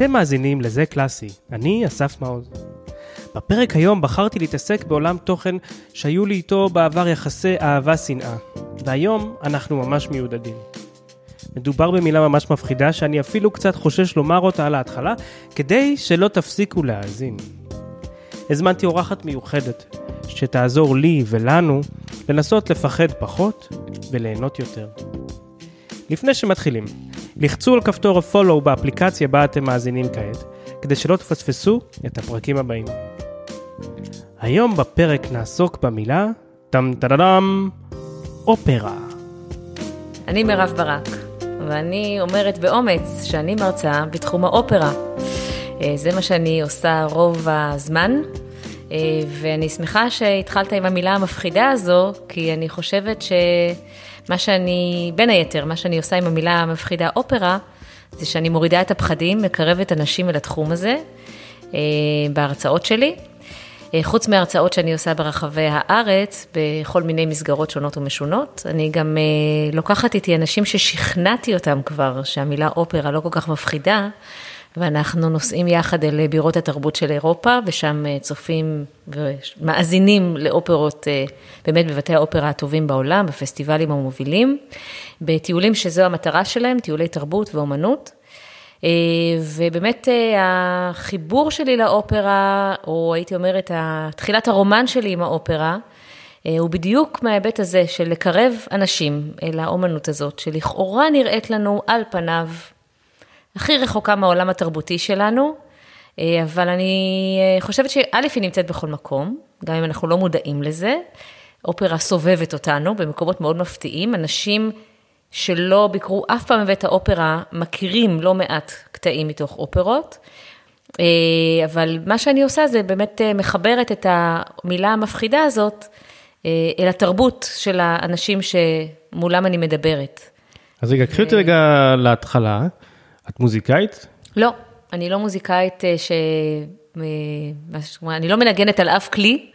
אתם מאזינים לזה קלאסי, אני אסף מעוז. בפרק היום בחרתי להתעסק בעולם תוכן שהיו לי איתו בעבר יחסי אהבה-שנאה, והיום אנחנו ממש מיודדים. מדובר במילה ממש מפחידה שאני אפילו קצת חושש לומר אותה על ההתחלה, כדי שלא תפסיקו להאזין. הזמנתי אורחת מיוחדת, שתעזור לי ולנו לנסות לפחד פחות וליהנות יותר. לפני שמתחילים, לחצו על כפתור הפולו באפליקציה בה אתם מאזינים כעת, כדי שלא תפספסו את הפרקים הבאים. היום בפרק נעסוק במילה טם-טם-טם, אופרה. אני מירב ברק, ואני אומרת באומץ שאני מרצה בתחום האופרה. זה מה שאני עושה רוב הזמן, ואני שמחה שהתחלת עם המילה המפחידה הזו, כי אני חושבת שמה שאני, בין היתר, מה שאני עושה עם המילה המפחידה אופרה, זה שאני מורידה את הפחדים, מקרבת אנשים אל התחום הזה, בהרצאות שלי. חוץ מההרצאות שאני עושה ברחבי הארץ, בכל מיני מסגרות שונות ומשונות, אני גם לוקחת איתי אנשים ששכנעתי אותם כבר, שהמילה אופרה לא כל כך מפחידה, ואנחנו נוסעים יחד אל בירות התרבות של אירופה, ושם צופים ומאזינים לאופרות, באמת בבתי האופרה הטובים בעולם, בפסטיבלים המובילים, בטיולים שזו המטרה שלהם, טיולי תרבות ואומנות, ובאמת החיבור שלי לאופרה, או הייתי אומרת, תחילת הרומן שלי עם האופרה, הוא בדיוק מההיבט הזה של לקרב אנשים אל האומנות הזאת, שלכאורה נראית לנו על פניו, הכי רחוקה מהעולם התרבותי שלנו, אבל אני חושבת שא' היא נמצאת בכל מקום, גם אם אנחנו לא מודעים לזה, אופרה סובבת אותנו במקומות מאוד מפתיעים, אנשים שלא ביקרו אף פעם בבית האופרה, מכירים לא מעט קטעים מתוך אופרות, אבל מה שאני עושה זה באמת מחברת את המילה המפחידה הזאת, אל התרבות של האנשים שמולם אני מדברת. אז רגע, קחי אותי רגע להתחלה, את מוזיקאית? לא, אני לא מוזיקאית אני לא מנגנת על אף כלי,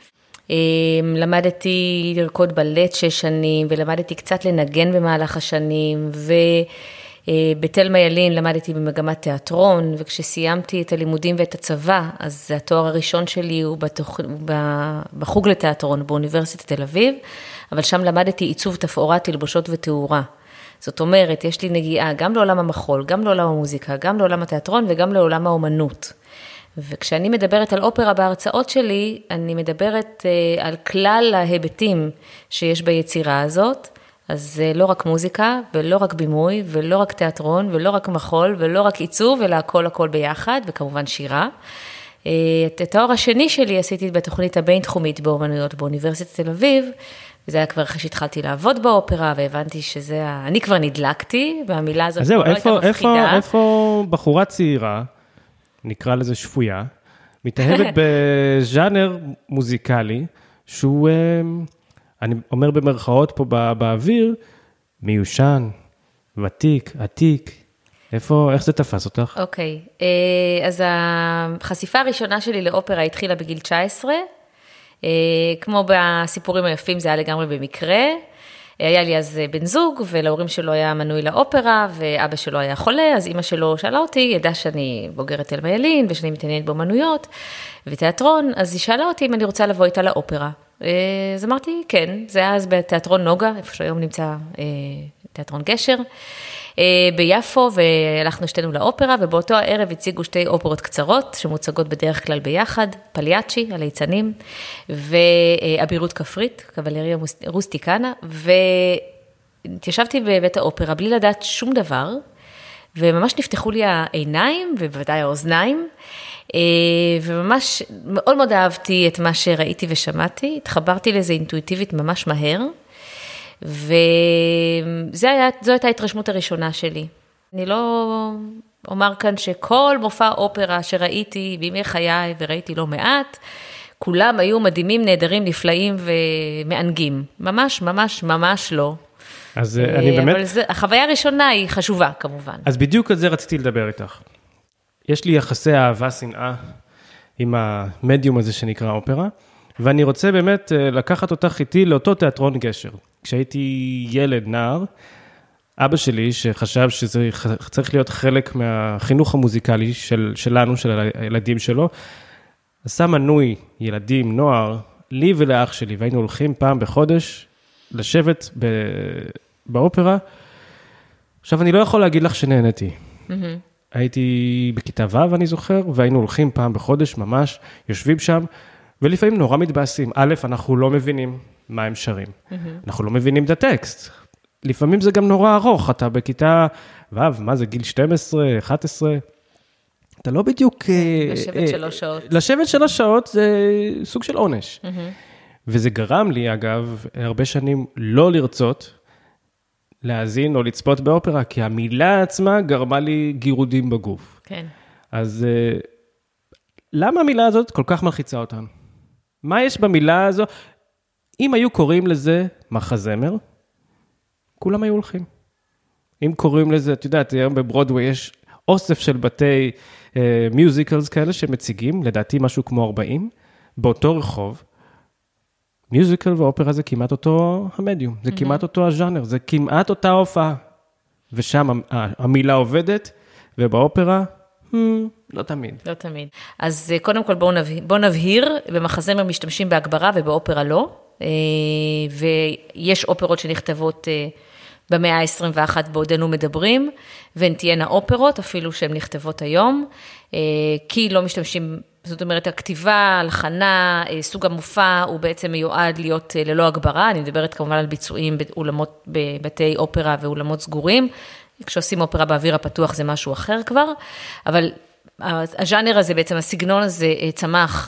למדתי לרקוד בלט 6 שנים, ולמדתי קצת לנגן במהלך השנים, ובתל מיילין למדתי במגמת תיאטרון, וכשסיימתי את הלימודים ואת הצבא, אז התואר הראשון שלי הוא בחוג לתיאטרון באוניברסיטת תל אביב, אבל שם למדתי עיצוב תפאורה, תלבושות ותאורה. זאת אומרת, יש לי נגיעה גם לעולם המחול, גם לעולם המוזיקה, גם לעולם התיאטרון וגם לעולם האומנות. וכשאני מדברת על אופרה בהרצאות שלי, אני מדברת על כלל ההיבטים שיש ביצירה הזאת, אז זה לא רק מוזיקה ולא רק בימוי ולא רק תיאטרון ולא רק מחול ולא רק עיצוב, אלא הכל ביחד, וכמובן שירה. את התואר השני שלי עשיתי בתוכנית הבינתחומית באומנויות באוניברסיטת תל אביב, וזה היה כבר אחרי שהתחלתי לעבוד באופרה, והבנתי שזה, אני כבר נדלקתי, והמילה הזאת לא הייתה מפחידה. איפה בחורה צעירה, נקרא לזה שפויה, מתאהבת בז'אנר מוזיקלי, שהוא, אני אומר במרכאות פה באוויר, מיושן, ותיק, עתיק, איך זה תפס אותך? אוקיי, אז החשיפה הראשונה שלי לאופרה התחילה בגיל 19, כמו בסיפורים היפים, זה היה לגמרי במקרה. היה לי אז בן זוג, ולהורים שלו היה מנוי לאופרה, ואבא שלו היה חולה, אז אמא שלו שאלה אותי, ידעה שאני בוגרת תל מיילין, ושאני מתעניינת באמנויות ותיאטרון, אז היא שאלה אותי אם אני רוצה לבוא איתה לאופרה. אז אמרתי, כן, זה היה אז בתיאטרון נוגה, איפה שהיום נמצא תיאטרון גשר, ביפו, והלכנו שתינו לאופרה, ובאותו הערב הציגו 2 אופרות קצרות, שמוצגות בדרך כלל ביחד, פליאצ'י, הליצנים, ואבירות כפרית, קבלריה רוסטיקנה, והתיישבתי בבית האופרה, בלי לדעת שום דבר, וממש נפתחו לי העיניים, ובוודאי האוזניים, וממש מאוד מאוד אהבתי את מה שראיתי ושמעתי, התחברתי לזה אינטואיטיבית ממש מהר, זו הייתה ההתרשמות הראשונה שלי. אני לא אומר כאן שכל מופע אופרה שראיתי בימי חיי, וראיתי לא מעט, כולם היו מדהימים, נהדרים, נפלאים ומענגים. ממש, ממש, ממש לא. אז אני באמת... אבל החוויה הראשונה היא חשובה, כמובן. אז בדיוק על זה רציתי לדבר איתך. יש לי יחסי אהבה-שנאה עם המדיום הזה שנקרא אופרה, ואני רוצה באמת לקחת אותך איתי לאותו תיאטרון גשר. כשהייתי ילד, נער, אבא שלי, שחשב שזה צריך להיות חלק מהחינוך המוזיקלי שלנו, של הילדים שלו, עשה מנוי ילדים, נוער, לי ולאח שלי, והיינו הולכים פעם בחודש לשבת באופרה. עכשיו, אני לא יכול להגיד לך שנהנתי. הייתי בכיתה ו', אני זוכר, והיינו הולכים פעם בחודש ממש, יושבים שם, ולפעמים נורא מתבאסים. א', אנחנו לא מבינים מה הם שרים. אנחנו לא מבינים את הטקסט. לפעמים זה גם נורא ארוך, אתה בכיתה ו', מה זה, גיל 12, 11? אתה לא בדיוק... לשבת 3 שעות. לשבת 3 שעות זה סוג של עונש. וזה גרם לי, אגב, הרבה שנים לא לרצות להאזין או לצפות באופרה, כי המילה עצמה גרמה לי גירודים בגוף. כן. אז למה המילה הזאת כל כך מלחיצה אותנו? מה יש במילה הזו? אם היו קוראים לזה מחזמר, כולם היו הולכים. אם קוראים לזה, את יודעת, היום בברודווי יש אוסף של בתי מיוזיקלס כאלה שמציגים, לדעתי משהו כמו 40, באותו רחוב, מיוזיקל ואופרה זה כמעט אותו המדיום, זה כמעט אותו הז'אנר, זה כמעט אותה הופעה. ושם המילה עובדת, ובאופרה, לא תמיד. לא תמיד. אז קודם כל בואו נבהיר, במחזמר משתמשים בהגברה ובאופרה לא, ויש אופרות שנכתבות במאה ה-21 בעודנו מדברים, והן תהיינה אופרות, אפילו שהן נכתבות היום, כי לא משתמשים, זאת אומרת, הכתיבה, הלחנה, סוג המופע, הוא בעצם מיועד להיות ללא הגברה, אני מדברת כמובן על ביצועים באולמות, בבתי אופרה ואולמות סגורים, כשעושים אופרה באוויר הפתוח זה משהו אחר כבר, אבל הז'אנר הזה, בעצם הסגנון הזה צמח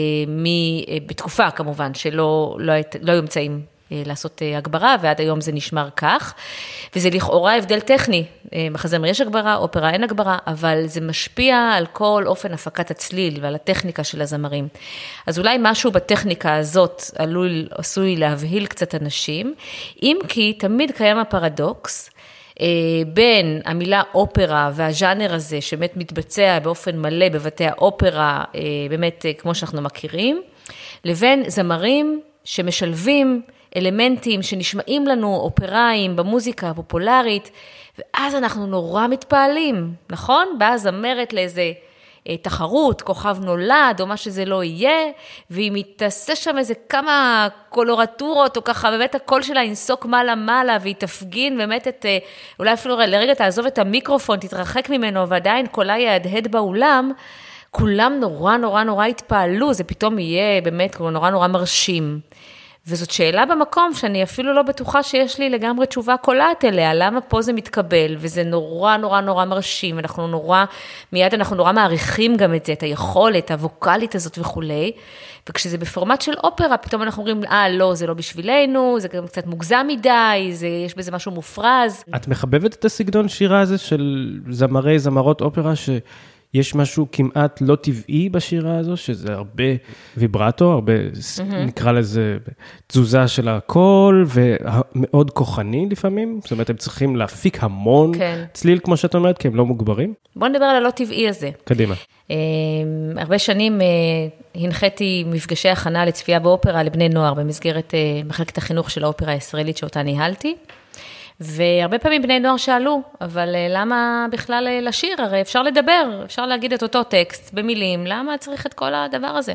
בתקופה כמובן, שלא היו אמצעים לעשות הגברה, ועד היום זה נשמר כך, וזה לכאורה הבדל טכני, מחזמר יש הגברה, אופרה אין הגברה, אבל זה משפיע על כל אופן הפקת הצליל, ועל הטכניקה של הזמרים. אז אולי משהו בטכניקה הזאת עשוי להבהיל קצת אנשים, אם כי תמיד קיים הפרדוקס, בין המילה אופרה והז'אנר הזה, שבאמת מתבצע באופן מלא בבתי האופרה, באמת כמו שאנחנו מכירים, לבין זמרים שמשלבים אלמנטים שנשמעים לנו אופראיים במוזיקה הפופולרית, ואז אנחנו נורא מתפעלים, נכון? באה זמרת לאיזה תחרות, כוכב נולד, או מה שזה לא יהיה, והיא מתעשה שם איזה כמה קולורטורות, או ככה באמת הקול שלה ינסוק מעלה, והיא תפגין באמת אולי אפילו לרגע תעזוב את המיקרופון, תתרחק ממנו, ועדיין קולה יהדהד באולם, כולם נורא התפעלו, זה פתאום יהיה באמת נורא מרשים. וזאת שאלה במקום שאני אפילו לא בטוחה שיש לי לגמרי תשובה קולעת אליה, למה פה זה מתקבל, וזה נורא מרשים, מיד אנחנו נורא מעריכים גם את זה, את היכולת, הווקלית הזאת וכולי, וכשזה בפורמט של אופרה, פתאום אנחנו אומרים, לא, זה לא בשבילנו, זה גם קצת מוגזם מדי, יש בזה משהו מופרז. את מחבבת את הסגנון שירה הזה של זמרות אופרה יש משהו כמעט לא טבעי בשירה הזו, שזה הרבה ויברטו, הרבה, נקרא לזה, תזוזה של הקול, ומאוד כוחני לפעמים, זאת אומרת, הם צריכים להפיק המון צליל, כמו שאת אומרת, כי הם לא מוגברים. בואו נדבר על הלא טבעי הזה. קדימה. הרבה שנים הנחיתי מפגשי הכנה לצפייה באופרה לבני נוער, במסגרת מחלקת החינוך של האופרה הישראלית שאותה ניהלתי, והרבה פעמים בני נוער שאלו, אבל למה בכלל לשיר? הרי אפשר לדבר, אפשר להגיד את אותו טקסט במילים, למה צריך את כל הדבר הזה?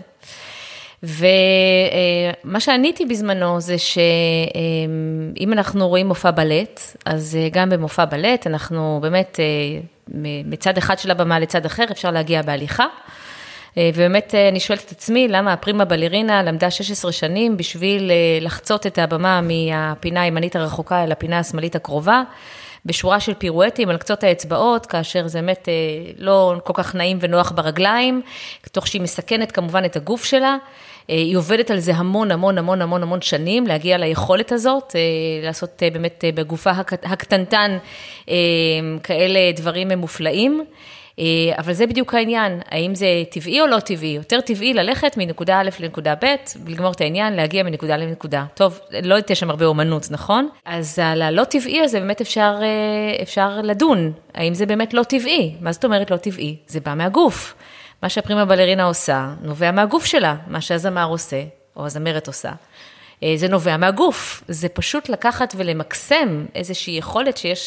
ומה שעניתי בזמנו זה שאם אנחנו רואים מופע בלט, אז גם במופע בלט אנחנו באמת מצד אחד של הבמה לצד אחר אפשר להגיע בהליכה, ובאמת אני שואלת את עצמי, למה הפרימה בלרינה למדה 16 שנים בשביל לחצות את הבמה מהפינה הימנית הרחוקה אל הפינה השמאלית הקרובה, בשורה של פירואטים על קצות האצבעות, כאשר זה באמת לא כל כך נעים ונוח ברגליים, תוך שהיא מסכנת כמובן את הגוף שלה, היא עובדת על זה המון שנים, להגיע ליכולת הזאת, לעשות באמת בגופה הקטנטן כאלה דברים מופלאים, אבל זה בדיוק העניין, האם זה טבעי או לא טבעי, יותר טבעי ללכת מנקודה א' לנקודה ב', ולגמור את העניין, להגיע מנקודה לנקודה. טוב, לא תהיה שם הרבה אומנות, נכון? אז על הלא טבעי הזה באמת אפשר לדון, האם זה באמת לא טבעי, מה זאת אומרת לא טבעי? זה בא מהגוף, מה שהפרימה בלרינה עושה, נובע מהגוף שלה, מה שהזמר עושה, או הזמרת עושה, זה נובע מהגוף, זה פשוט לקחת ולמקסם איזושהי יכולת שיש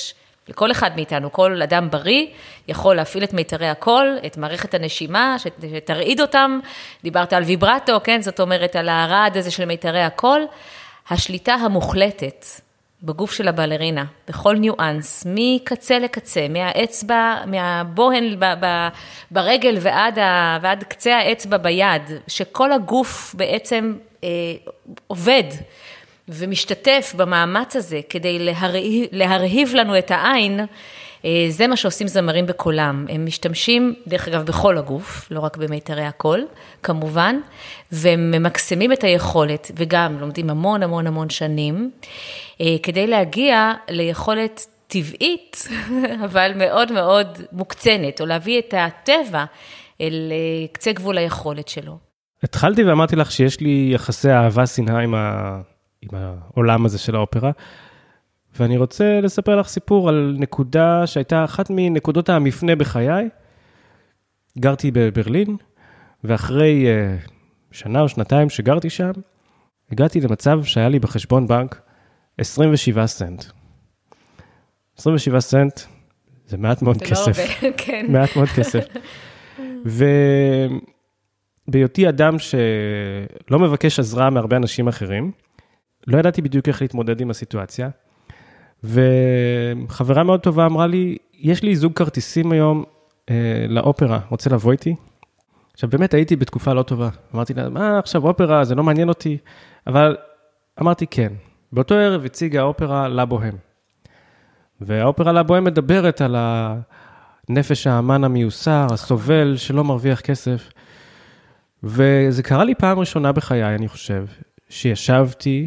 לכל אחד מאיתנו, כל אדם בריא יכול להפעיל את מיתרי הקול, את מערכת הנשימה, שתרעיד אותם, דיברת על ויברטו, כן? זאת אומרת, על הרעד הזה של מיתרי הקול, השליטה המוחלטת בגוף של הבלרינה, בכל ניואנס, מקצה לקצה, מהאצבע, מהבוהן ברגל ועד קצה האצבע ביד, שכל הגוף בעצם עובד ומשתתף במאמץ הזה כדי להרהיב לנו את העין, זה מה שעושים זמרים בקולם. הם משתמשים, דרך אגב, בכל הגוף, לא רק במיתרי הקול, כמובן, והם ממקסמים את היכולת, וגם לומדים המון המון המון שנים, כדי להגיע ליכולת טבעית, אבל מאוד מאוד מוקצנת, או להביא את הטבע אל קצה גבול היכולת שלו. התחלתי ואמרתי לך שיש לי יחסי אהבה שנאה עם העולם הזה של האופרה, ואני רוצה לספר לך סיפור על נקודה שהייתה אחת מנקודות המפנה בחיי. גרתי בברלין, ואחרי שנה או שנתיים שגרתי שם, הגעתי למצב שהיה לי בחשבון בנק 27 סנט. 27 סנט זה מעט מאוד כסף. כן. מעט מאוד כסף. ובהיותי אדם שלא מבקש עזרה מהרבה אנשים אחרים, לא ידעתי בדיוק איך להתמודד עם הסיטואציה, וחברה מאוד טובה אמרה לי, יש לי זוג כרטיסים היום לאופרה, רוצה לבוא איתי? עכשיו באמת הייתי בתקופה לא טובה, אמרתי לה, מה עכשיו אופרה, זה לא מעניין אותי, אבל אמרתי כן. באותו ערב הציגה האופרה לה בוהם, והאופרה לה בוהם מדברת על הנפש האמן המיוסר, הסובל שלא מרוויח כסף, וזה קרה לי פעם ראשונה בחיי, אני חושב, שישבתי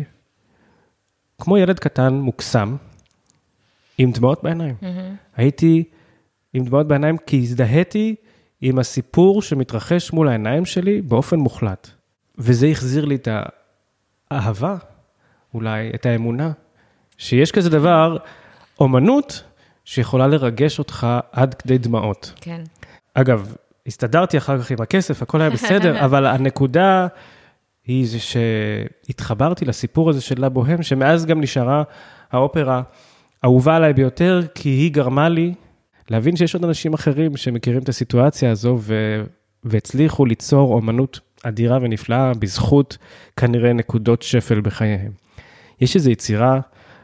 כמו ילד קטן מוקסם, עם דמעות בעיניים. הייתי עם דמעות בעיניים, כי הזדהיתי עם הסיפור שמתרחש מול העיניים שלי באופן מוחלט. וזה החזיר לי את האהבה, אולי את האמונה, שיש כזה דבר, אומנות, שיכולה לרגש אותך עד כדי דמעות. כן. אגב, הסתדרתי אחר כך עם הכסף, הכל היה בסדר, אבל הנקודה היא זה שהתחברתי לסיפור הזה של לה בוהם, שמאז גם נשארה האופרה אהובה עליי ביותר, כי היא גרמה לי להבין שיש עוד אנשים אחרים שמכירים את הסיטואציה הזו, והצליחו ליצור אומנות אדירה ונפלאה, בזכות כנראה נקודות שפל בחייהם. יש איזו יצירה,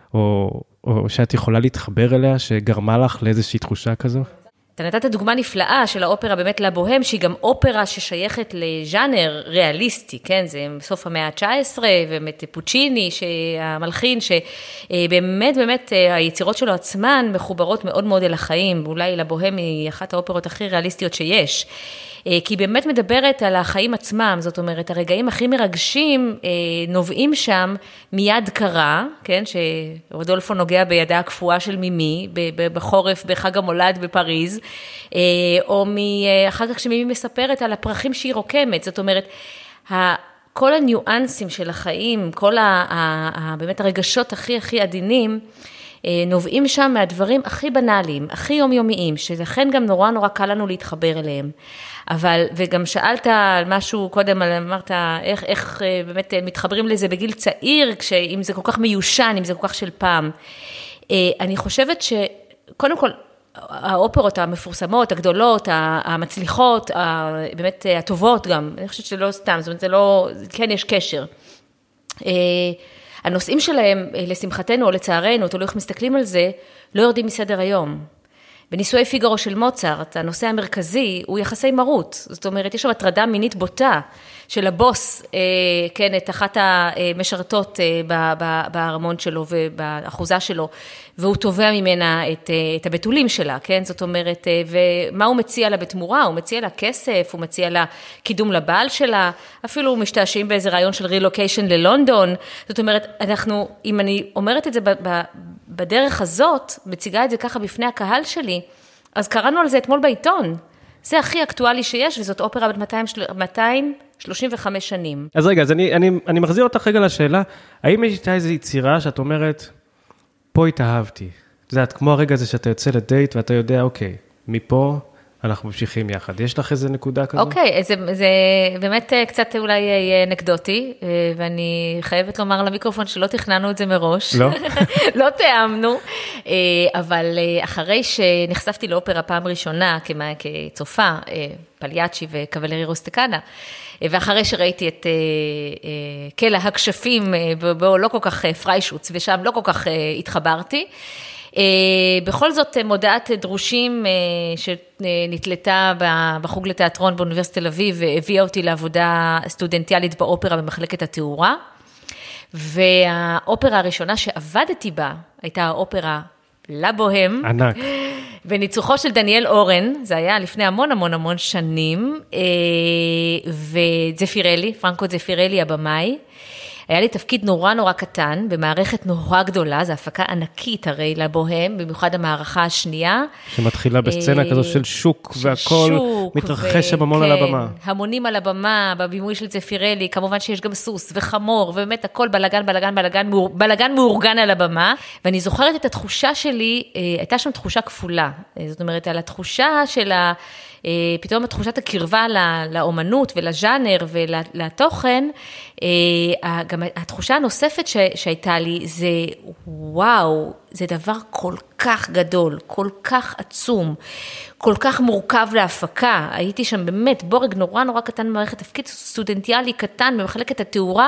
או שאת יכולה להתחבר אליה, שגרמה לך לאיזושהי תחושה כזו? אתה נתת דוגמה נפלאה של האופרה באמת לה בוהם, שהיא גם אופרה ששייכת לז'אנר ריאליסטי, כן? זה בסוף המאה ה-19, ובאמת פוצ'יני, המלחין, שבאמת, באמת, היצירות שלו עצמן מחוברות מאוד מאוד אל החיים, ואולי לה בוהם היא אחת האופרות הכי ריאליסטיות שיש. כי היא באמת מדברת על החיים עצמם, זאת אומרת, הרגעים הכי מרגשים נובעים שם מיד קרה, כן, שרודולפו נוגע בידה הקפואה של מימי, בחורף, בחג המולד בפריז, או אחר כך שמימי מספרת על הפרחים שהיא רוקמת, זאת אומרת, כל הניואנסים של החיים, כל באמת הרגשות הכי עדינים, נובעים שם מהדברים הכי בנאליים, הכי יומיומיים, שלכן גם נורא קל לנו להתחבר אליהם. אבל, וגם שאלת על משהו קודם, אמרת איך באמת מתחברים לזה בגיל צעיר, אם זה כל כך מיושן, אם זה כל כך של פעם. אני חושבת שקודם כל, האופרות המפורסמות, הגדולות, המצליחות, באמת הטובות גם, אני חושבת שלא סתם, זאת אומרת, זה לא, כן יש קשר. הנושאים שלהם, לשמחתנו או לצערנו, תלוי איך מסתכלים על זה, לא יורדים מסדר היום. בנישואי פיגארו של מוצרט, הנושא המרכזי הוא יחסי מרות. זאת אומרת, יש שם הטרדה מינית בוטה של הבוס, כן, את אחת המשרתות בארמון שלו ובאחוזה שלו, והוא תובע ממנה את הבתולים שלה, כן? זאת אומרת, ומה הוא מציע לה בתמורה? הוא מציע לה כסף, הוא מציע לה קידום לבעל שלה, אפילו משתעשעים באיזה רעיון של רילוקיישן ללונדון. זאת אומרת, אם אני אומרת את זה בדרך הזאת, מציגה את זה ככה בפני הקהל שלי, אז קראנו על זה אתמול בעיתון. זה הכי אקטואלי שיש, וזאת אופרה בת 235 שנים. אז רגע, אז אני מחזיר אותך רגע לשאלה, האם יש איתה איזו יצירה שאת אומרת, פה התאהבתי? את יודעת, כמו הרגע הזה שאתה יוצא לדייט, ואתה יודע, אוקיי, מפה אנחנו ממשיכים יחד. יש לך איזה נקודה כזו? אוקיי, זה באמת קצת אולי יהיה אנקדוטי, ואני חייבת לומר למיקרופון שלא תכננו את זה מראש. לא? לא תיאמנו, אבל אחרי שנחשפתי לאופרה פעם ראשונה כצופה, פליאצ'י וקבלרי רוסטיקנה, ואחרי שראיתי את קלע הכשפים, בו לא כל כך פריישוץ, ושם לא כל כך התחברתי, בכל זאת מודעת דרושים שנתלתה בחוג לתיאטרון באוניברסיטת תל אביב, והביאה אותי לעבודה סטודנטיאלית באופרה במחלקת התאורה, והאופרה הראשונה שעבדתי בה הייתה האופרה לה בוהם. ענק. בניצוחו של דניאל אורן, זה היה לפני המון שנים, וזפירלי, פרנקו זפירלי הבמאי, היה לי תפקיד נורא קטן, במערכת נורא גדולה, זו הפקה ענקית הרי לבוהם, במיוחד המערכה השנייה. שמתחילה בסצנה כזו של שוק, והכל מתרחש שם המון על הבמה. המונים על הבמה, בבימוי של זפירלי, כמובן שיש גם סוס וחמור, ובאמת הכל בלגן מאורגן על הבמה, ואני זוכרת את התחושה שלי, הייתה שם תחושה כפולה, זאת אומרת, על התחושה של פתאום תחושת הקרבה לאומנות ולז'אנר ולתוכן, גם התחושה הנוספת שהייתה לי זה, וואו, זה דבר כל כך גדול, כל כך עצום, כל כך מורכב להפקה. הייתי שם באמת בורג נורא קטן במערכת, תפקיד סטודנטיאלי קטן במחלקת התאורה,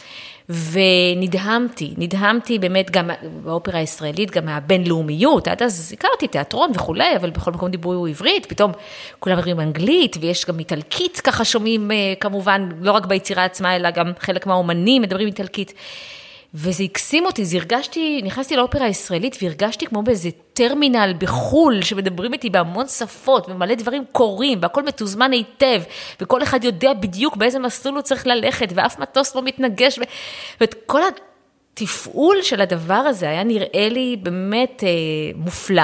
ונדהמתי באמת גם באופרה הישראלית, גם מהבינלאומיות, עד אז הכרתי תיאטרון וכולי, אבל בכל מקום דיברו עברית, פתאום כולם מדברים אנגלית, ויש גם איטלקית, ככה שומעים כמובן, לא רק ביצירה עצמה, אלא גם חלק מהאומנים מדברים איטלקית, וזה הקסים אותי, נכנסתי לאופרה הישראלית, והרגשתי כמו באיזה טרמינל בחול, שמדברים איתי בהמון שפות, ומלא דברים קורים, והכל מתוזמן היטב, וכל אחד יודע בדיוק באיזה מסלול הוא צריך ללכת, ואף מטוס לא מתנגש, ואת כל התפעול של הדבר הזה, היה נראה לי באמת מופלא,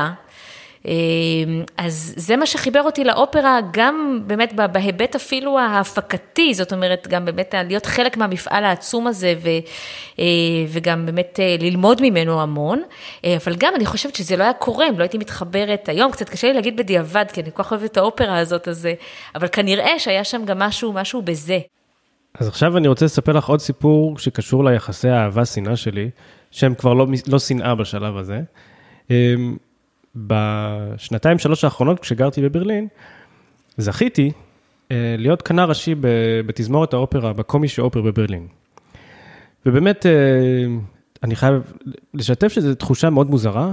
אז זה מה שחיבר אותי לאופרה, גם באמת בהיבט אפילו ההפקתי, זאת אומרת, גם באמת להיות חלק מהמפעל העצום הזה, וגם באמת ללמוד ממנו המון, אבל גם אני חושבת שזה לא היה קורה, אם לא הייתי מתחברת היום, קצת קשה לי להגיד בדיעבד, כי אני כל כך אוהבת את האופרה הזאת, אבל כנראה שהיה שם גם משהו בזה. אז עכשיו אני רוצה לספר לך עוד סיפור שקשור ליחסי האהבה-שנאה שלי, שהם כבר לא שנאה בשלב הזה. בשנתיים 3 האחרונות, כשגרתי בברלין, זכיתי להיות כנר ראשי בתזמורת האופרה, בקומישה אופר בברלין. ובאמת, אני חייב לשתף שזו תחושה מאוד מוזרה,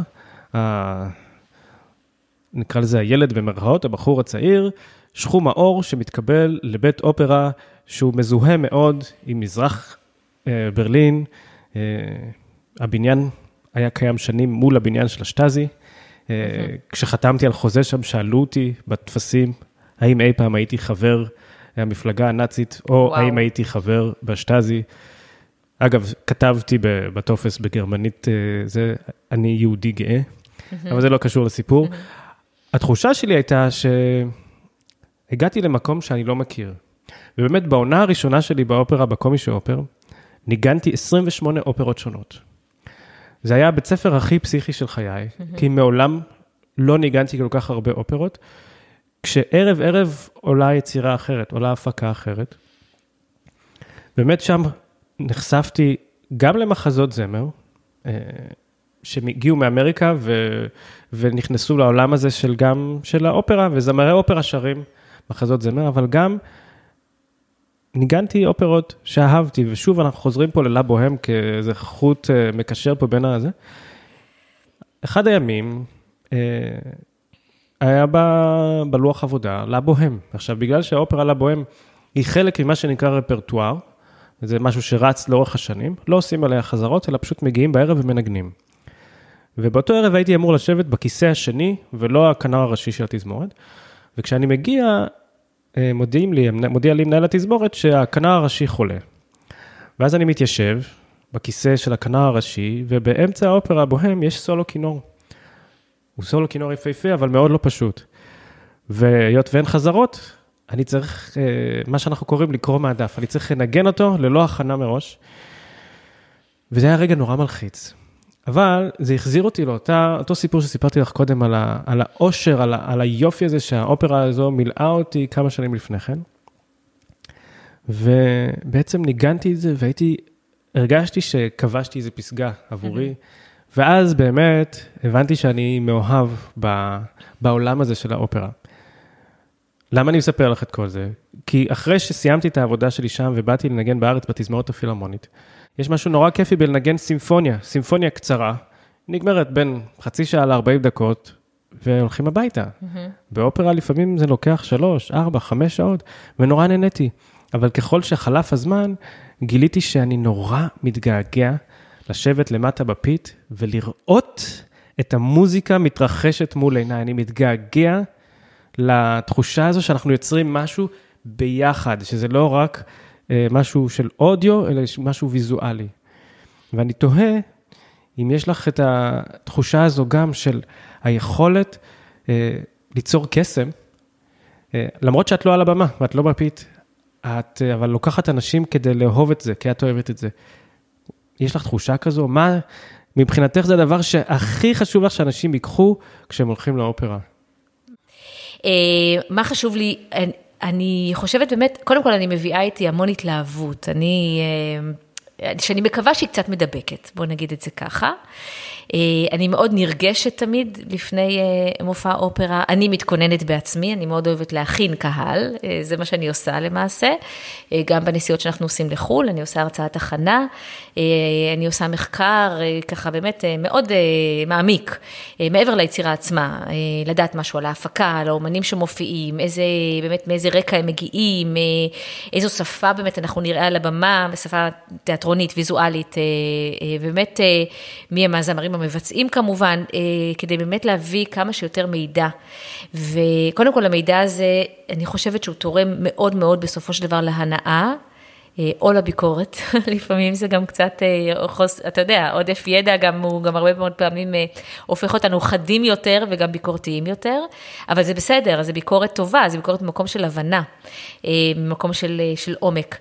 נקרא לזה הילד במרכאות, הבחור הצעיר, שחום האור שמתקבל לבית אופרה, שהוא מזוהה מאוד עם מזרח ברלין, הבניין היה קיים שנים מול הבניין של השטאזי, כשחתמתי על חוזה שם, שאלו אותי בתפסים, האם אי פעם הייתי חבר המפלגה הנאצית, או האם הייתי חבר בשטאזי. אגב, כתבתי בטופס בגרמנית, אני יהודי גאה, אבל זה לא קשור לסיפור. התחושה שלי הייתה שהגעתי למקום שאני לא מכיר. ובאמת, בעונה הראשונה שלי באופרה, בקומישה אופר, ניגנתי 28 אופרות שונות. זה היה הבית ספר הכי פסיכי של חיי, כי מעולם לא ניגנתי כל כך הרבה אופרות, כשערב עולה יצירה אחרת, עולה הפקה אחרת. באמת שם נחשפתי גם למחזות זמר, שהגיעו מאמריקה ונכנסו לעולם הזה של האופרה, וזמרי אופרה שרים מחזות זמר, אבל גם ניגנתי אופרות שאהבתי, ושוב אנחנו חוזרים פה ללה בוהם, כאיזה חוט מקשר פה בין הזה. אחד הימים היה בלוח עבודה לה בוהם. עכשיו, בגלל שהאופרה לה בוהם היא חלק ממה שנקרא רפרטואר, זה משהו שרץ לאורך השנים, לא עושים עליה חזרות, אלא פשוט מגיעים בערב ומנגנים. ובאותו ערב הייתי אמור לשבת בכיסא השני, ולא הכנר הראשי של התזמורת, וכשאני מגיע, מודיע לי מנהל התזמורת שהכנר הראשי חולה. ואז אני מתיישב בכיסא של הכנר הראשי, ובאמצע האופרה הבוהם יש סולו כינור. הוא סולו כינור יפהפה, אבל מאוד לא פשוט. והיות ואין חזרות, אני צריך, מה שאנחנו קוראים לקרוא מהדף, אני צריך לנגן אותו ללא הכנה מראש. וזה היה רגע נורא מלחיץ. אבל זה החזיר אותי לאותו סיפור שסיפרתי לך קודם על האושר, על היופי הזה שהאופרה הזו מילאה אותי כמה שנים לפני כן. ובעצם ניגנתי את זה הרגשתי שכבשתי איזה פסגה עבורי, ואז באמת הבנתי שאני מאוהב בעולם הזה של האופרה. למה אני מספר לך את כל זה? כי אחרי שסיימתי את העבודה שלי שם ובאתי לנגן בארץ בתזמורת הפילהרמונית, יש משהו נורא כיפי בלנגן סימפוניה קצרה, נגמרת בין חצי שעה ל-40 דקות, והולכים הביתה. באופרה לפעמים זה לוקח 3, 4, 5 שעות, ונורא נהניתי. אבל ככל שחלף הזמן, גיליתי שאני נורא מתגעגע לשבת למטה בפית, ולראות את המוזיקה מתרחשת מול עיניי. אני מתגעגע לתחושה הזו שאנחנו יוצרים משהו ביחד, שזה לא רק משהו של אודיו, אלא משהו ויזואלי. ואני תוהה, אם יש לך את התחושה הזו גם של היכולת ליצור קסם, למרות שאת לא על הבמה, ואת לא בפית, אבל לוקחת אנשים כדי לאהוב את זה, כי את אוהבת את זה. יש לך תחושה כזו? מה, מבחינתך זה הדבר שהכי חשוב לך שאנשים ייקחו כשהם הולכים לאופרה? מה חשוב לי? אני חושבת באמת, קודם כל אני מביאה איתי המון התלהבות. שאני מקווה שהיא קצת מדבקת, בוא נגיד את זה ככה. אני מאוד נרגשת תמיד לפני מופע אופרה, אני מתכוננת בעצמי, אני מאוד אוהבת להכין קהל, זה מה שאני עושה למעשה, גם בנסיעות שאנחנו עושים לחול, אני עושה הרצאת הכנה, אני עושה מחקר ככה באמת מאוד מעמיק, מעבר ליצירה עצמה, לדעת משהו על ההפקה, על האומנים שמופיעים, באמת מאיזה רקע הם מגיעים, איזו שפה באמת אנחנו נראה על הבמה, בשפה תיאטרונית, ויזואלית, באמת מי הם הזמרים המבצעים כמובן, כדי באמת להביא כמה שיותר מידע. וקודם כל המידע הזה, אני חושבת שהוא תורם מאוד מאוד בסופו של דבר להנאה, או לביקורת, לפעמים זה גם קצת, אתה יודע, עודף ידע, הוא גם הרבה מאוד פעמים הופך אותנו חדים יותר וגם ביקורתיים יותר, אבל זה בסדר, זה ביקורת טובה, זה ביקורת במקום של הבנה, במקום של עומק.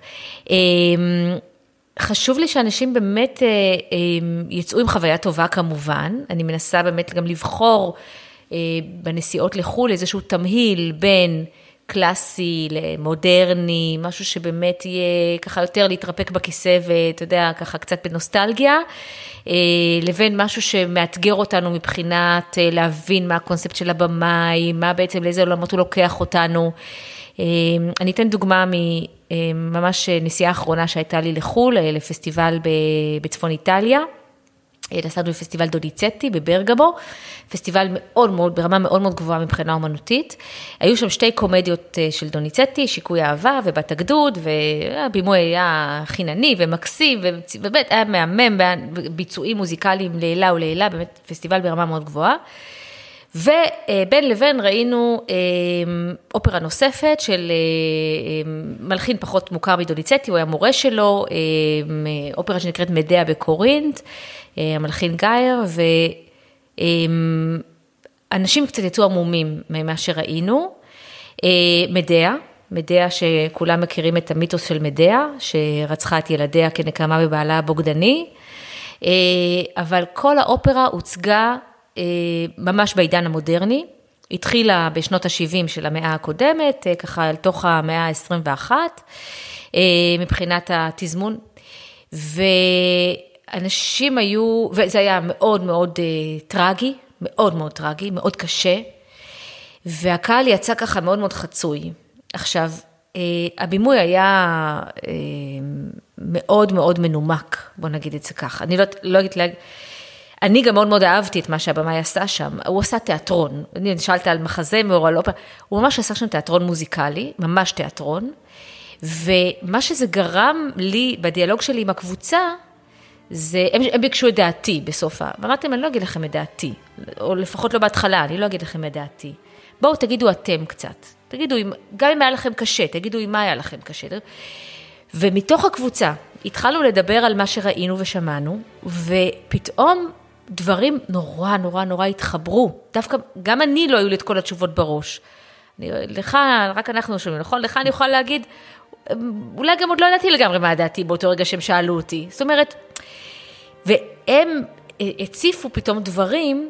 חשוב לי שאנשים באמת יצאו עם חוויה טובה כמובן, אני מנסה באמת גם לבחור בנסיעות לחול איזשהו תמהיל בין קלאסי למודרני, משהו שבאמת יהיה ככה יותר להתרפק בכיסא ואתה יודע, ככה קצת בנוסטלגיה, לבין משהו שמאתגר אותנו מבחינת להבין מה הקונספט של הבמאי, מה בעצם לאיזה עולמות הוא לוקח אותנו. אני אתן דוגמה ממש נסיעה האחרונה שהייתה לי לחול, לפסטיבל בצפון איטליה, נסענו לפסטיבל דוניצטי בברגמו, פסטיבל מאוד מאוד, ברמה מאוד מאוד גבוהה מבחינה אומנותית, היו שם 2 קומדיות של דוניצטי, שיקוי אהבה ובת הגדוד, והבימוי היה חינני ומקסים, ובאמת היה מהמם, ביצועים מוזיקליים לילה ולילה, באמת פסטיבל ברמה מאוד גבוהה, ובין לבין ראינו אופרה נוספת של מלחין פחות מוכר מדוניצטי, הוא היה מורה שלו, אופרה שנקראת מדיה בקורינט, המלחין גייר, ואנשים קצת יצאו עמומים ממה שראינו. מדיה שכולם מכירים את המיתוס של מדיה, שרצחה את ילדיה כנקמה בבעלה הבוגדני, אבל כל האופרה הוצגה ממש בעידן המודרני, התחילה בשנות ה-70 של המאה הקודמת, ככה אל תוך המאה ה-21, מבחינת התזמון, ואנשים היו, וזה היה מאוד מאוד טרגי, מאוד מאוד טרגי, מאוד קשה, והקהל יצא ככה מאוד מאוד חצוי. עכשיו, הבימוי היה מאוד מאוד מנומק, בוא נגיד את זה ככה, אני לא אגיד להגיד, אני גם מאוד מאוד אהבתי את מה שהבמאי עשה שם, הוא עשה תיאטרון, אני נשאלת על מחזה מאור על אופרה, הוא ממש עשה שם תיאטרון מוזיקלי, ממש תיאטרון, ומה שזה גרם לי בדיאלוג שלי עם הקבוצה, זה, הם ביקשו את דעתי בסופה, ואמרתם, אני לא אגיד לכם את דעתי, או לפחות לא בהתחלה, אני לא אגיד לכם את דעתי, בואו תגידו אתם קצת, תגידו, גם אם היה לכם קשה, תגידו אם מה היה לכם קשה, ומתוך הקבוצה, התחלנו לדבר על מה שראינו ושמענו, ופתאום דברים נורא נורא נורא התחברו. דווקא, גם אני לא היו לי את כל התשובות בראש. לך, רק אנחנו שומעים, נכון? לך אני יכולה להגיד, אולי גם עוד לא ידעתי לגמרי מה דעתי באותו רגע שהם שאלו אותי. זאת אומרת, והם הציפו פתאום דברים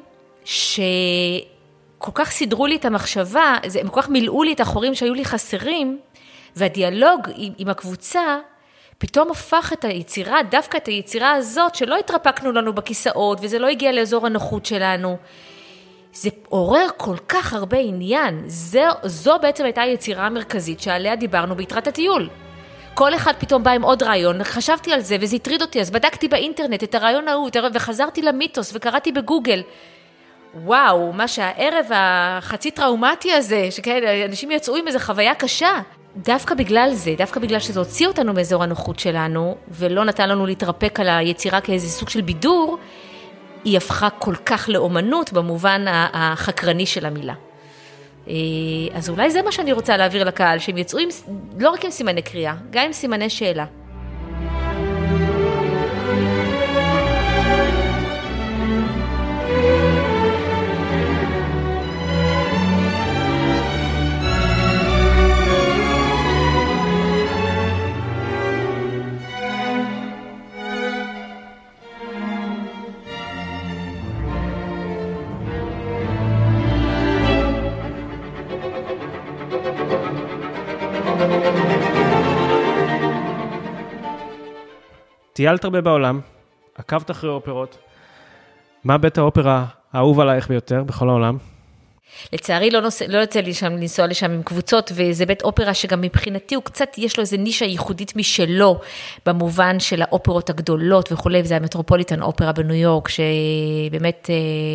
שכל כך סידרו לי את המחשבה, הם כל כך מילאו לי את החורים שהיו לי חסרים, והדיאלוג עם הקבוצה, פתאום הפך את היצירה, דווקא את היצירה הזאת, שלא התרפקנו לנו בכיסאות, וזה לא הגיע לאזור הנוחות שלנו. זה עורר כל כך הרבה עניין. זו בעצם הייתה היצירה המרכזית שעליה דיברנו ביתרת הטיול. כל אחד פתאום בא עם עוד רעיון, חשבתי על זה וזה הטריד אותי, אז בדקתי באינטרנט את הרעיון ההוא, וחזרתי למיתוס וקראתי בגוגל. וואו, מה שהערב החצי טראומטי הזה, שכן, אנשים יצאו עם איזו חוויה קשה. דווקא בגלל זה, דווקא בגלל שזה הוציא אותנו מאזור הנוחות שלנו, ולא נתן לנו להתרפק על היצירה כאיזה סוג של בידור, היא הפכה כל כך לאומנות במובן החקרני של המילה. אז אולי זה מה שאני רוצה להעביר לקהל, שהם יצאו עם, לא רק עם סימני קריאה, גם עם סימני שאלה. טיילת הרבה בעולם, עקבת אחרי אופרות. מה בית האופרה האהוב עלייך ביותר בכל העולם? לצערי לא יוצא לי לנסוע לשם עם קבוצות, וזה בית אופרה שגם מבחינתי הוא קצת, יש לו איזה נישה ייחודית משלו, במובן של האופרות הגדולות וכו', וזה המטרופוליטן אופרה בניו יורק, שבאמת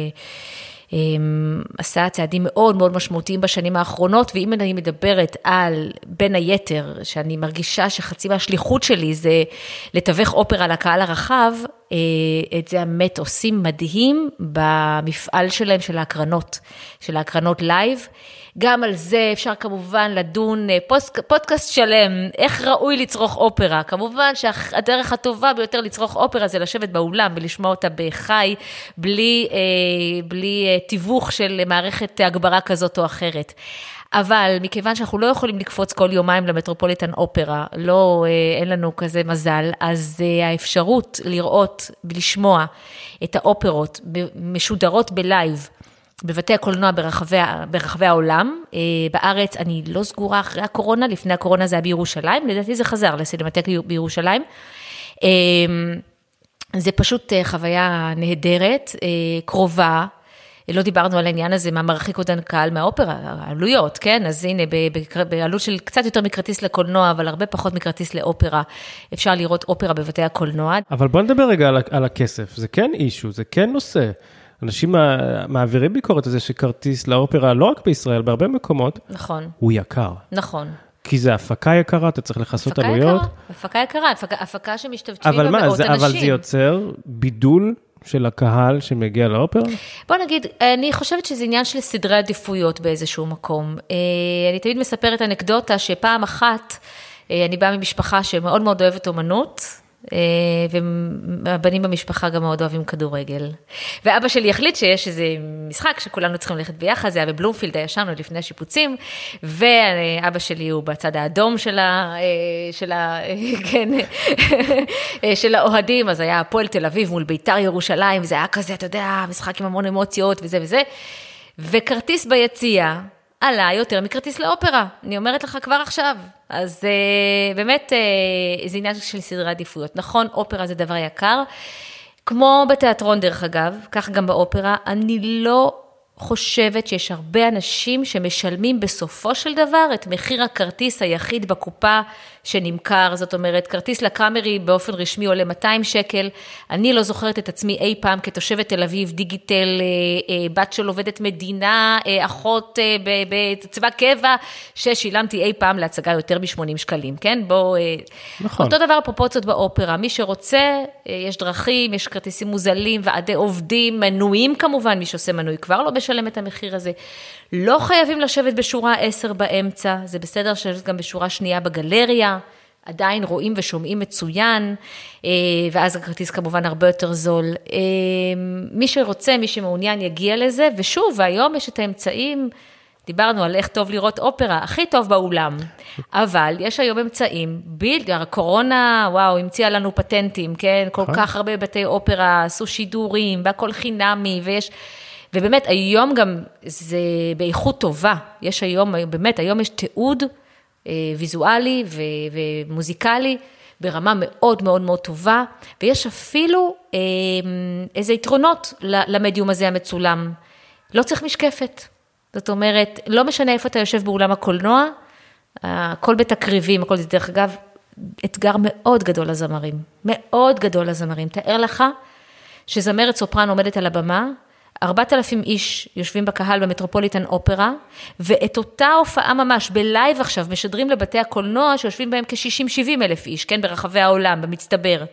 עשה צעדים מאוד מאוד משמעותיים בשנים האחרונות, ואם אני מדברת על בין היתר, שאני מרגישה שחצי מהשליחות שלי זה לתווך אופרה לקהל הרחב, את זה באמת עושים מדהים במפעל שלהם של ההקרנות לייב. גם על זה אפשר כמובן לדון פודקאסט שלם, איך ראוי לצרוך אופרה. כמובן שהדרך הטובה ביותר לצרוך אופרה זה לשבת באולם ולשמוע אותה בחי, בלי תיווך של מערכת הגברה כזאת או אחרת. אבל מכיוון שאנחנו לא יכולים לקפוץ כל יומיים למטרופוליטן אופרה, אין לנו כזה מזל, אז האפשרות לראות ולשמוע את האופרות משודרות בלייב, בבתי הקולנוע ברחבי העולם. בארץ אני לא סגורה אחרי הקורונה, לפני הקורונה זה היה בירושלים, לדעתי זה חזר לסינמטק בירושלים. זה פשוט חוויה נהדרת, קרובה, לא דיברנו על העניין הזה, מה מרחיק אותן קהל מהאופרה, העלויות, כן? אז הנה, בעלות של קצת יותר מקרטיס לקולנוע, אבל הרבה פחות מקרטיס לאופרה, אפשר לראות אופרה בבתי הקולנוע. אבל בוא נדבר רגע על הכסף, זה כן אישו, זה כן נושא. אנשים מעבירים ביקורת הזה שכרטיס לאופרה, לא רק בישראל, בהרבה מקומות, נכון. הוא יקר. נכון. כי זה הפקה יקרה, אתה צריך לחסות עלויות. הפקה יקרה, הפקה שמשתתפים בה מאות אנשים. אבל זה יוצר בידול של הקהל שמגיע לאופרה? בוא נגיד, אני חושבת שזה עניין של סדרי עדיפויות באיזשהו מקום. אני תמיד מספרת אנקדוטה שפעם אחת, אני באה ממשפחה שמאוד מאוד אוהבת אומנות, והבנים במשפחה גם מאוד אוהבים כדורגל. ואבא שלי החליט שיש איזה משחק שכולנו צריכים ללכת ביחד, זה היה בבלומפילד, ישנו לפני השיפוצים, ואבא שלי הוא בצד האדום של האוהדים, אז היה הפועל תל אביב מול ביתר ירושלים, וזה היה כזה, אתה יודע, משחק עם המון אמוציות וזה וזה, וכרטיס ביציאה עלה יותר מכרטיס לאופרה, אני אומרת לך כבר עכשיו. אז באמת זה עניין של סדרי עדיפויות. נכון, אופרה זה דבר יקר, כמו בתיאטרון דרך אגב, כך גם באופרה, אני לא חושבת שיש הרבה אנשים שמשלמים בסופו של דבר את מחיר הכרטיס היחיד בקופה שנמכר, זאת אומרת, כרטיס לקאמרי באופן רשמי עולה 200 שקל, אני לא זוכרת את עצמי אי פעם כתושבת תל אביב, דיגיטל, בת של עובדת מדינה, אחות בצבא קבע, ששילמתי אי פעם להצגה יותר ב-80 שקלים, כן? נכון. אותו דבר הפרופורציות באופרה, מי שרוצה, יש דרכים, יש כרטיסים מוזלים, ועדי עובדים, מנויים כמובן, מי שעושה מנוי כבר לא משלם את המחיר הזה, לא חייבים לשבת בשורה 10 באמצע, זה בסדר שגם בשורה שנייה בגלריה, עדיין רואים ושומעים מצוין, ואז הכרטיס כמובן הרבה יותר זול. מי שרוצה, מי שמעוניין יגיע לזה, ושוב, היום יש את האמצעים דיברנו על איך טוב לראות אופרה, הכי טוב באולם, אבל יש היום אמצעים, הקורונה, וואו, המציאה לנו פטנטים, כן? כל כך הרבה בתי אופרה, עשו שידורים, והכל חינמי, ובאמת היום גם זה באיכות טובה, יש היום, באמת, היום יש תיעוד ויזואלי ומוזיקלי, ברמה מאוד מאוד מאוד טובה, ויש אפילו איזה יתרונות למדיום הזה המצולם. לא צריך משקפת. זאת אומרת, לא משנה איפה אתה יושב באולם הקולנוע, הכל בתקריבים, הכל זה דרך אגב, אתגר מאוד גדול לזמרים. מאוד גדול לזמרים. תאר לך שזמרת סופרן עומדת על הבמה, 4,000 איש יושבים בקהל במטרופוליטן אופרה, ואת אותה הופעה ממש בלייב עכשיו משדרים לבתי הקולנוע שיושבים בהם כ-60-70 אלף איש, כן, ברחבי העולם, במצטבר.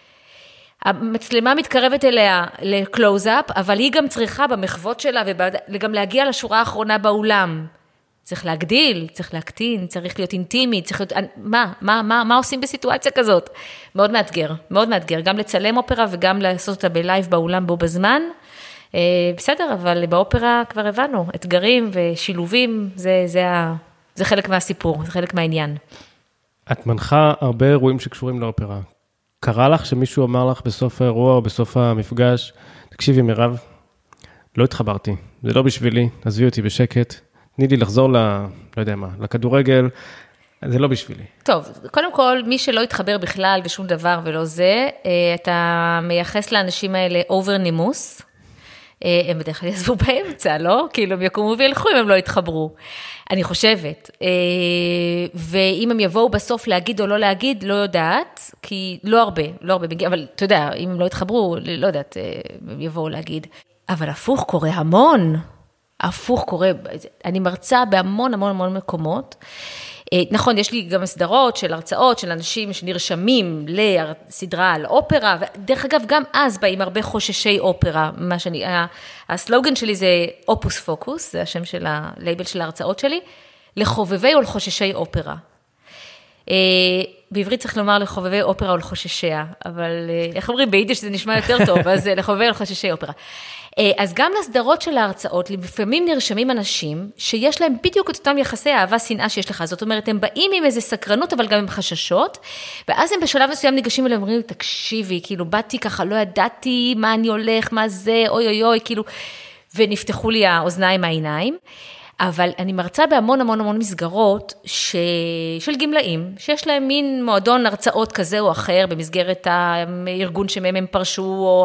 המצלמה מתקרבת אליה לקלוז-אפ, אבל היא גם צריכה במחוות שלה, וגם להגיע לשורה האחרונה באולם. צריך להגדיל, צריך להקטין, צריך להיות אינטימי, צריך להיות... מה עושים בסיטואציה כזאת? מאוד מאתגר, מאוד מאתגר. גם לצלם אופרה וגם לעשות אותה בלייב באולם בו בזמן. בסדר, אבל באופרה כבר הבנו, אתגרים ושילובים, זה חלק מהסיפור, זה חלק מהעניין. את מנחה הרבה אירועים שקשורים לאופרה. קרה לך שמישהו אמר לך בסוף האירוע או בסוף המפגש, תקשיבי מירב, לא התחברתי, זה לא בשבילי, עזבי אותי בשקט, תני לי לחזור לא יודע מה, לכדורגל, זה לא בשבילי. טוב, קודם כל, מי שלא יתחבר בכלל בשום דבר ולא זה, אתה מייחס לאנשים האלה אובר נימוס, הם בדרך כלל יעזבו באמצע, לא? כאילו הם יקומו וילכו אם הם לא יתחברו. אני חושבת. ואם הם יבואו בסוף להגיד או לא להגיד, לא יודעת, כי לא הרבה, אבל אתה יודע, אם הם לא יתחברו, לא יודעת, הם יבואו להגיד. אבל הפוך קורה המון. הפוך קורה, אני מרצה בהמון המון המון מקומות. נכון, יש לי גם סדרות של הרצאות של אנשים שנרשמים לסדרה על אופרה, ודרך אגב, גם אז באים הרבה חוששי אופרה, הסלוגן שלי זה אופוס פוקוס, זה השם של הלייבל של ההרצאות שלי, לחובבי או לחוששי אופרה. בעברית צריך לומר לחובבי אופרה או לחוששיה, אבל איך אומרים ביידיש שזה נשמע יותר טוב, אז לחובבי או לחוששי אופרה. אז גם לסדרות של ההרצאות, לפעמים נרשמים אנשים שיש להם בדיוק את אותם יחסי אהבה, שנאה שיש לך. זאת אומרת, הם באים עם איזה סקרנות, אבל גם עם חששות, ואז הם בשלב מסוים ניגשים אליהם, אומרים, תקשיבי, כאילו, באתי ככה, לא ידעתי מה אני הולך, מה זה, אוי אוי אוי, כאילו, ונפתחו לי האוזניים העיניים. אבל אני מרצה בהמון המון המון מסגרות של גמלאים, שיש להם מין מועדון הרצאות כזה או אחר, במסגרת הארגון שמהם הם פרשו, או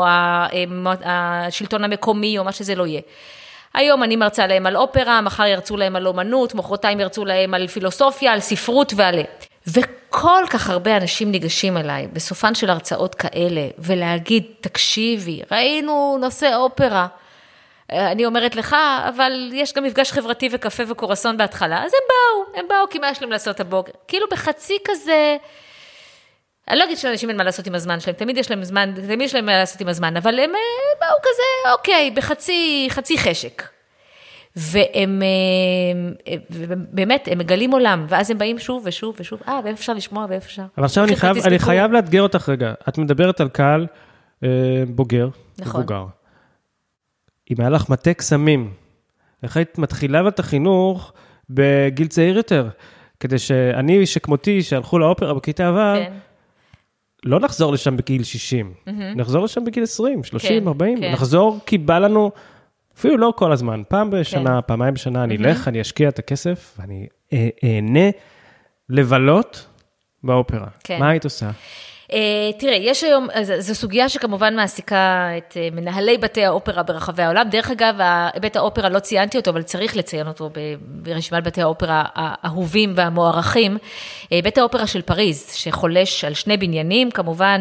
השלטון המקומי, או מה שזה לא יהיה. היום אני מרצה להם על אופרה, מחר ירצו להם על אומנות, מחרתיים ירצו להם על פילוסופיה, על ספרות ועל... וכל כך הרבה אנשים ניגשים אליי, בסופן של הרצאות כאלה, ולהגיד, תקשיבי, ראינו נושא אופרה, אני אומרת לך, אבל יש גם מפגש חברתי וקפה וקורסון בהתחלה, אז הם באו, כי מה יש להם לעשות הבוקר? כאילו בחצי כזה, אני לא אגיד שלאנשים אין מה לעשות עם הזמן שלהם, תמיד יש להם מה לעשות עם הזמן, אבל הם באו כזה, אוקיי, בחצי חשק. והם, באמת, הם מגלים עולם, ואז הם באים שוב ושוב ושוב, ואיפה לשמוע, ואיפה. אבל עכשיו אני חייב לאתגר אותך רגע, את מדברת על קהל בוגר, מבוגר. אם היה לך מטה קסמים, איך היית מתחילה את החינוך בגיל צעיר יותר, כדי שאני שכמותי, שהלכו לאופרה בכיתה ו', לא נחזור לשם בגיל 60, נחזור לשם בגיל 20, 30, 40, נחזור כי בא לנו, אפילו לא כל הזמן, פעם בשנה, פעמיים בשנה, אני אלך, אני אשקיע את הכסף, ואני אהנה לבלות באופרה. מה היית עושה? תראה, יש היום, זו סוגיה שכמובן מעסיקה את מנהלי בתי האופרה ברחבי העולם. דרך אגב, בית האופרה לא ציינתי אותו, אבל צריך לציין אותו ברשימת בתי האופרה האהובים והמוערכים. בית האופרה של פריז, שחולש על שני בניינים, כמובן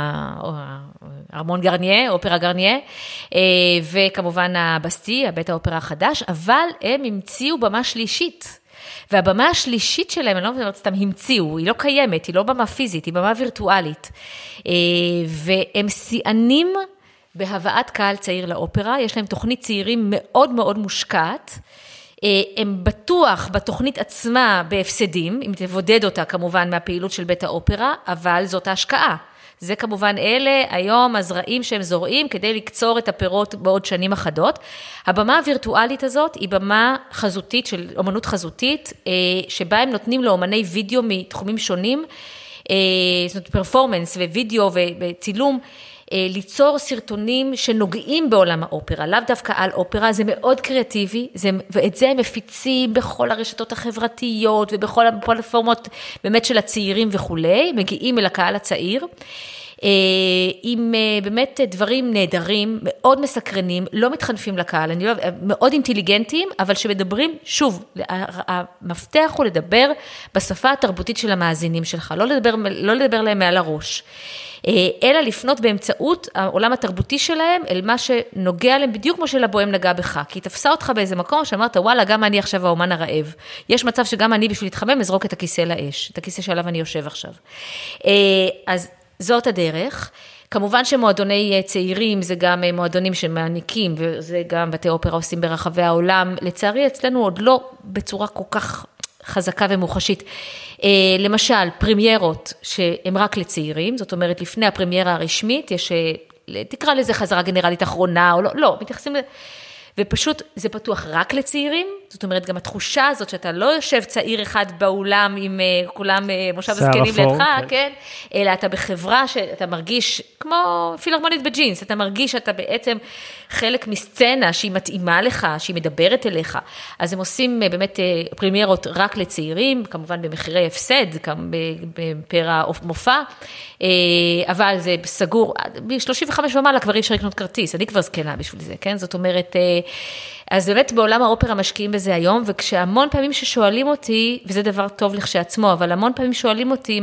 ארמון גרניה, אופרה גרניה, וכמובן הבסטי, בית האופרה החדש, אבל הם המציאו במה שלישית. והבמה השלישית שלהם, אני לא אומרת סתם, המציאו, היא לא קיימת, היא לא במה פיזית, היא במה וירטואלית. והם שיאנים בהבאת קהל צעיר לאופרה, יש להם תוכנית צעירים מאוד מאוד מושקעת, הם בטוח בתוכנית עצמה בהפסדים, אם תבודד אותה כמובן מהפעילות של בית האופרה, אבל זאת ההשקעה. זה כמובן אלה, היום הזרעים שהם זורעים, כדי לקצור את הפירות בעוד שנים אחדות. הבמה הווירטואלית הזאת, היא במה חזותית, של אומנות חזותית, שבה הם נותנים לאומני וידאו מתחומים שונים, זאת אומרת, פרפורמנס ווידאו וצילום, ליצור סרטונים שנוגעים בעולם האופרה, לאו דווקא על אופרה, זה מאוד קריאטיבי, ואת זה הם מפיצים בכל הרשתות החברתיות, ובכל הפלטפורמות באמת של הצעירים וכולי, מגיעים אל הקהל הצעיר, עם באמת דברים נהדרים, מאוד מסקרנים, לא מתחנפים לקהל, מאוד אינטליגנטיים, אבל שמדברים, שוב, המפתח הוא לדבר בשפה התרבותית של המאזינים שלך, לא לדבר להם מעל הראש. אלא לפנות באמצעות העולם התרבותי שלהם, אל מה שנוגע להם, בדיוק כמו שלבוהם נגע בך, כי היא תפסה אותך באיזה מקום, שאמרת, וואלה, גם אני עכשיו האומן הרעב. יש מצב שגם אני בשביל להתחמם, אזרוק את הכיסא לאש, את הכיסא שעליו אני יושב עכשיו. אז זאת הדרך. כמובן שמועדוני צעירים, זה גם מועדונים שמעניקים, וזה גם בתי אופרה עושים ברחבי העולם. לצערי, אצלנו עוד לא בצורה כל כך חזקה ומוחשית. למשל, פרמיירות שהן רק לצעירים, זאת אומרת, לפני הפרמיירה הרשמית, יש, תקרא לזה חזרה גנרלית אחרונה, או לא, מתייחסים לזה, ופשוט זה פתוח רק לצעירים, זאת אומרת, גם התחושה הזאת שאתה לא יושב צעיר אחד באולם עם כולם מושב הזקנים לידך, כן? אלא אתה בחברה שאתה מרגיש כמו פילהרמונית בג'ינס, אתה מרגיש שאתה בעצם חלק מסצנה שהיא מתאימה לך, שהיא מדברת אליך. אז הם עושים באמת פרמיירות רק לצעירים, כמובן במחירי הפסד, בפר המופע, אבל זה סגור, ב-35 ומעלה כבר אי אפשר לקנות כרטיס, אני כבר זקנה בשביל זה, כן? זאת אומרת, אז באמת בעולם האופרה משקיעים בזה היום, וכשהמון פעמים ששואלים אותי, וזה דבר טוב לכשעצמו, אבל המון פעמים שואלים אותי,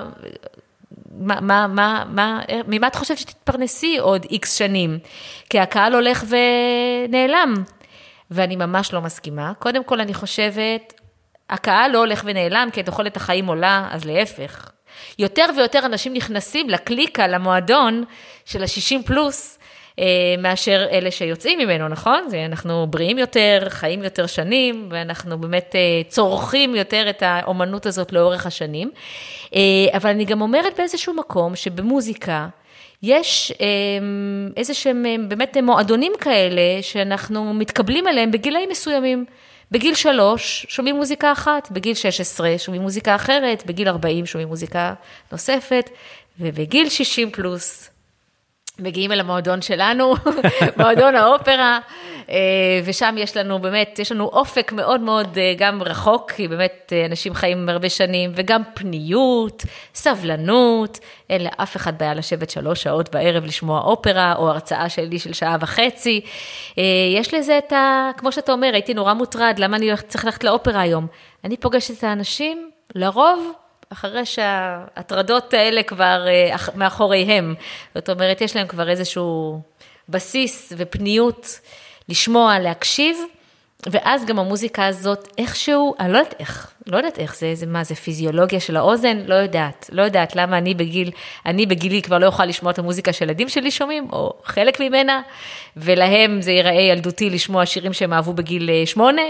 ממה את חושבת שתתפרנסי עוד X שנים? כי הקהל הולך ונעלם, ואני ממש לא מסכימה. קודם כל אני חושבת, הקהל לא הולך ונעלם, כי תוחלת החיים עולה, אז להפך. יותר ויותר אנשים נכנסים לקליקה, למועדון של ה-60 פלוס, מאשר אלה שיוצאים ממנו, נכון? אנחנו בריאים יותר, חיים יותר שנים, ואנחנו באמת צורכים יותר את האומנות הזאת לאורך השנים. אבל אני גם אומרת באיזשהו מקום שבמוזיקה, יש איזשהם באמת מועדונים כאלה, שאנחנו מתקבלים אליהם בגילאים מסוימים. בגיל 3 שומעים מוזיקה אחת, בגיל 16 שומעים מוזיקה אחרת, בגיל 40 שומעים מוזיקה נוספת, ובגיל 60 פלוס, מגיעים אל המועדון שלנו, מועדון האופרה, ושם יש לנו באמת, יש לנו אופק מאוד מאוד גם רחוק, כי באמת אנשים חיים הרבה שנים, וגם פניות, סבלנות, אין לאף אחד בעיה לשבת 3 שעות בערב לשמוע אופרה, או הרצאה שלי של 1.5 שעות. יש לזה את כמו שאתה אומר, הייתי נורא מוטרד, למה אני צריך ללכת לאופרה היום? אני פוגשת את האנשים, לרוב, אחרי שההטרדות האלה כבר מאחוריהם, זאת אומרת, יש להם כבר איזשהו בסיס ופניות לשמוע, להקשיב, ואז גם המוזיקה הזאת איכשהו, אני לא יודעת איך זה מה, זה פיזיולוגיה של האוזן, לא יודעת למה אני בגילי כבר לא אוכל לשמוע את המוזיקה שהילדים שלי שומעים, או חלק ממנה, ולהם זה ייראה ילדותי לשמוע שירים שהם אהבו בגיל 8,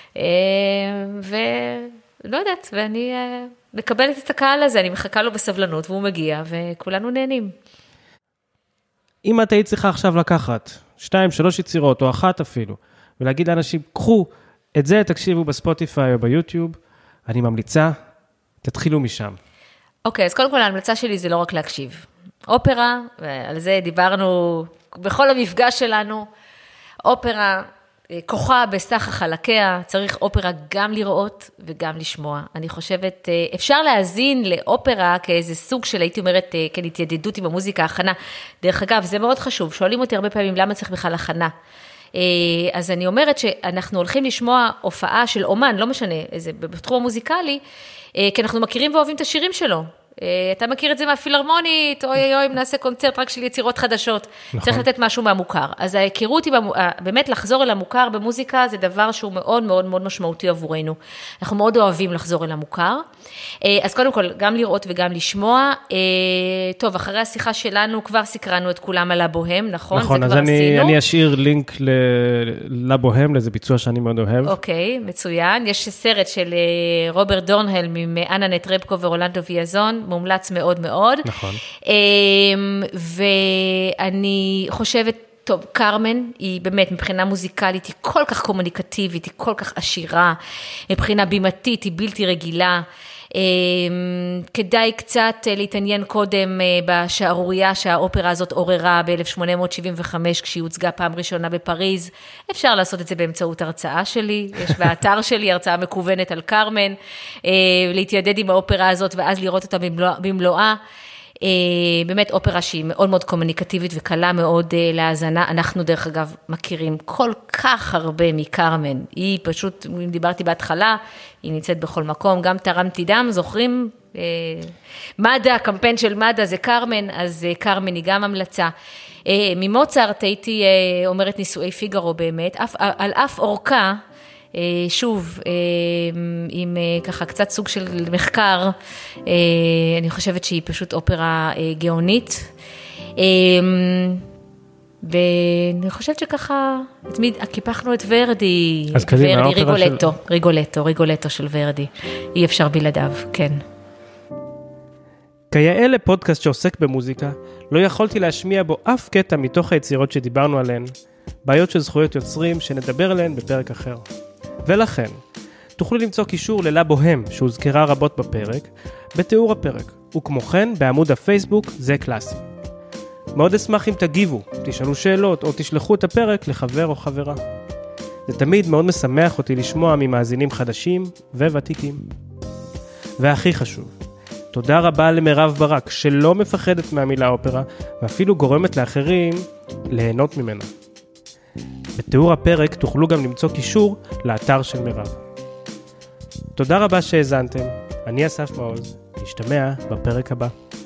ולא יודעת, ואני מקבלת את הקהל הזה, אני מחכה לו בסבלנות, והוא מגיע, וכולנו נהנים. אם את היית צריכה עכשיו לקחת 2, 3 יצירות, או 1 אפילו, ולהגיד לאנשים, קחו את זה, תקשיבו בספוטיפיי או ביוטיוב, אני ממליצה, תתחילו משם. אוקיי, אז קודם כל ההמלצה שלי זה לא רק להקשיב. אופרה, ועל זה דיברנו בכל המפגש שלנו, אופרה, כוחה בסך החלקיה, צריך אופרה גם לראות וגם לשמוע. אני חושבת, אפשר להאזין לאופרה כאיזה סוג של, הייתי אומרת, כן, התיידדות עם המוזיקה, הכנה. דרך אגב, זה מאוד חשוב, שואלים אותי הרבה פעמים, למה צריך בכלל הכנה? אז אני אומרת שאנחנו הולכים לשמוע הופעה של אומן, לא משנה, בתחום המוזיקלי, כי אנחנו מכירים ואוהבים את השירים שלו. אתה מכיר את זה מהפילהרמונית, אוי, אם נעשה קונצרט רק של יצירות חדשות, נכון. צריך לתת משהו מהמוכר. אז ההיכרות היא, באמת לחזור אל המוכר במוזיקה, זה דבר שהוא מאוד מאוד מאוד משמעותי עבורנו. אנחנו מאוד אוהבים לחזור אל המוכר. אז קודם כל, גם לראות וגם לשמוע. טוב, אחרי השיחה שלנו, כבר סקרנו את כולם על הבוהם, נכון? נכון, אז אני אשאיר לינק לבוהם, לאיזה ביצוע שאני מאוד אוהב. אוקיי, מצוין. יש סרט של רוברט דורנהלם עם אנה נטרבקו ורולנדו ויאזון, מומלץ מאוד מאוד. נכון. ואני חושבת, טוב, קרמן היא באמת מבחינה מוזיקלית, היא כל כך קומוניקטיבית, היא כל כך עשירה, מבחינה בימתית היא בלתי רגילה, כדאי קצת להתעניין קודם בשערוריה שהאופרה הזאת עוררה ב-1875 כשהיא הוצגה פעם ראשונה בפריז. אפשר לעשות את זה באמצעות הרצאה שלי, יש באתר שלי הרצאה מקוונת על קרמן, להתיידד עם האופרה הזאת ואז לראות אותה במלואה. באמת אופרה שהיא מאוד מאוד קומוניקטיבית וקלה מאוד להאזנה. אנחנו דרך אגב מכירים כל כך הרבה מקרמן, היא פשוט, אם דיברתי בהתחלה, היא נמצאת בכל מקום, גם תרמתי דם, זוכרים? מד"א, הקמפיין של מד"א זה קרמן, אז קרמן היא גם המלצה. ממוצרט הייתי אומרת נישואי פיגארו באמת, על אף אורכה, שוב, עם ככה קצת סוג של מחקר, אני חושבת שהיא פשוט אופרה גאונית, ואני חושבת שככה, קיפחנו את ורדי, אז קדימה, ריגולטו של ורדי, אי אפשר בלעדיו, כן. כיאה לפודקאסט שעוסק במוזיקה, לא יכולתי להשמיע בו אף קטע מתוך היצירות שדיברנו עליהן, בעיות של זכויות יוצרים שנדבר עליהן בפרק אחר. ולכן, תוכלו למצוא קישור ללה בוהם שהוזכרה רבות בפרק, בתיאור הפרק, וכמו כן בעמוד הפייסבוק זה קלאסי. מאוד אשמח אם תגיבו, תשאלו שאלות או תשלחו את הפרק לחבר או חברה. זה תמיד מאוד משמח אותי לשמוע ממאזינים חדשים וותיקים. והכי חשוב, תודה רבה למירב ברק שלא מפחדת מהמילה אופרה ואפילו גורמת לאחרים ליהנות ממנה. בתיאור הפרק תוכלו גם למצוא קישור לאתר של מירב. תודה רבה שהאזנתם, אני אסף מעוז, נשתמע בפרק הבא.